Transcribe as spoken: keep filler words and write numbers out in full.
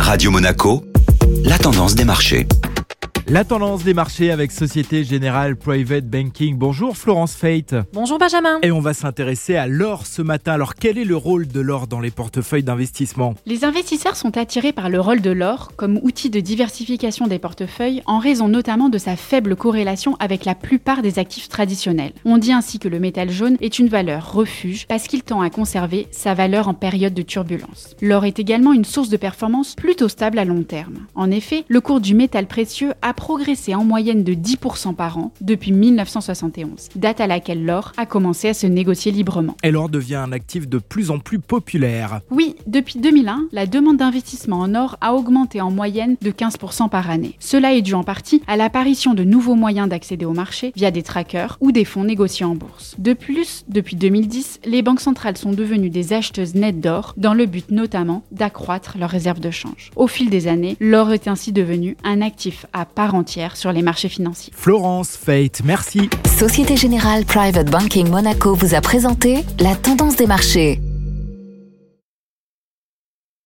Radio Monaco, la tendance des marchés. La tendance des marchés avec Société Générale Private Banking. Bonjour Florence Fate. Bonjour Benjamin. Et on va s'intéresser à l'or ce matin. Alors quel est le rôle de l'or dans les portefeuilles d'investissement ? Les investisseurs sont attirés par le rôle de l'or comme outil de diversification des portefeuilles en raison notamment de sa faible corrélation avec la plupart des actifs traditionnels. On dit ainsi que le métal jaune est une valeur refuge parce qu'il tend à conserver sa valeur en période de turbulence. L'or est également une source de performance plutôt stable à long terme. En effet, le cours du métal précieux a progressé en moyenne de dix pour cent par an depuis mille neuf cent soixante et onze, date à laquelle l'or a commencé à se négocier librement. Et l'or devient un actif de plus en plus populaire. Oui, depuis deux mille un, la demande d'investissement en or a augmenté en moyenne de quinze pour cent par année. Cela est dû en partie à l'apparition de nouveaux moyens d'accéder au marché via des trackers ou des fonds négociés en bourse. De plus, depuis deux mille dix, les banques centrales sont devenues des acheteuses nettes d'or dans le but notamment d'accroître leurs réserves de change. Au fil des années, l'or est ainsi devenu un actif à part entière sur les marchés financiers. Florence Fate, merci. Société Générale Private Banking Monaco vous a présenté la tendance des marchés.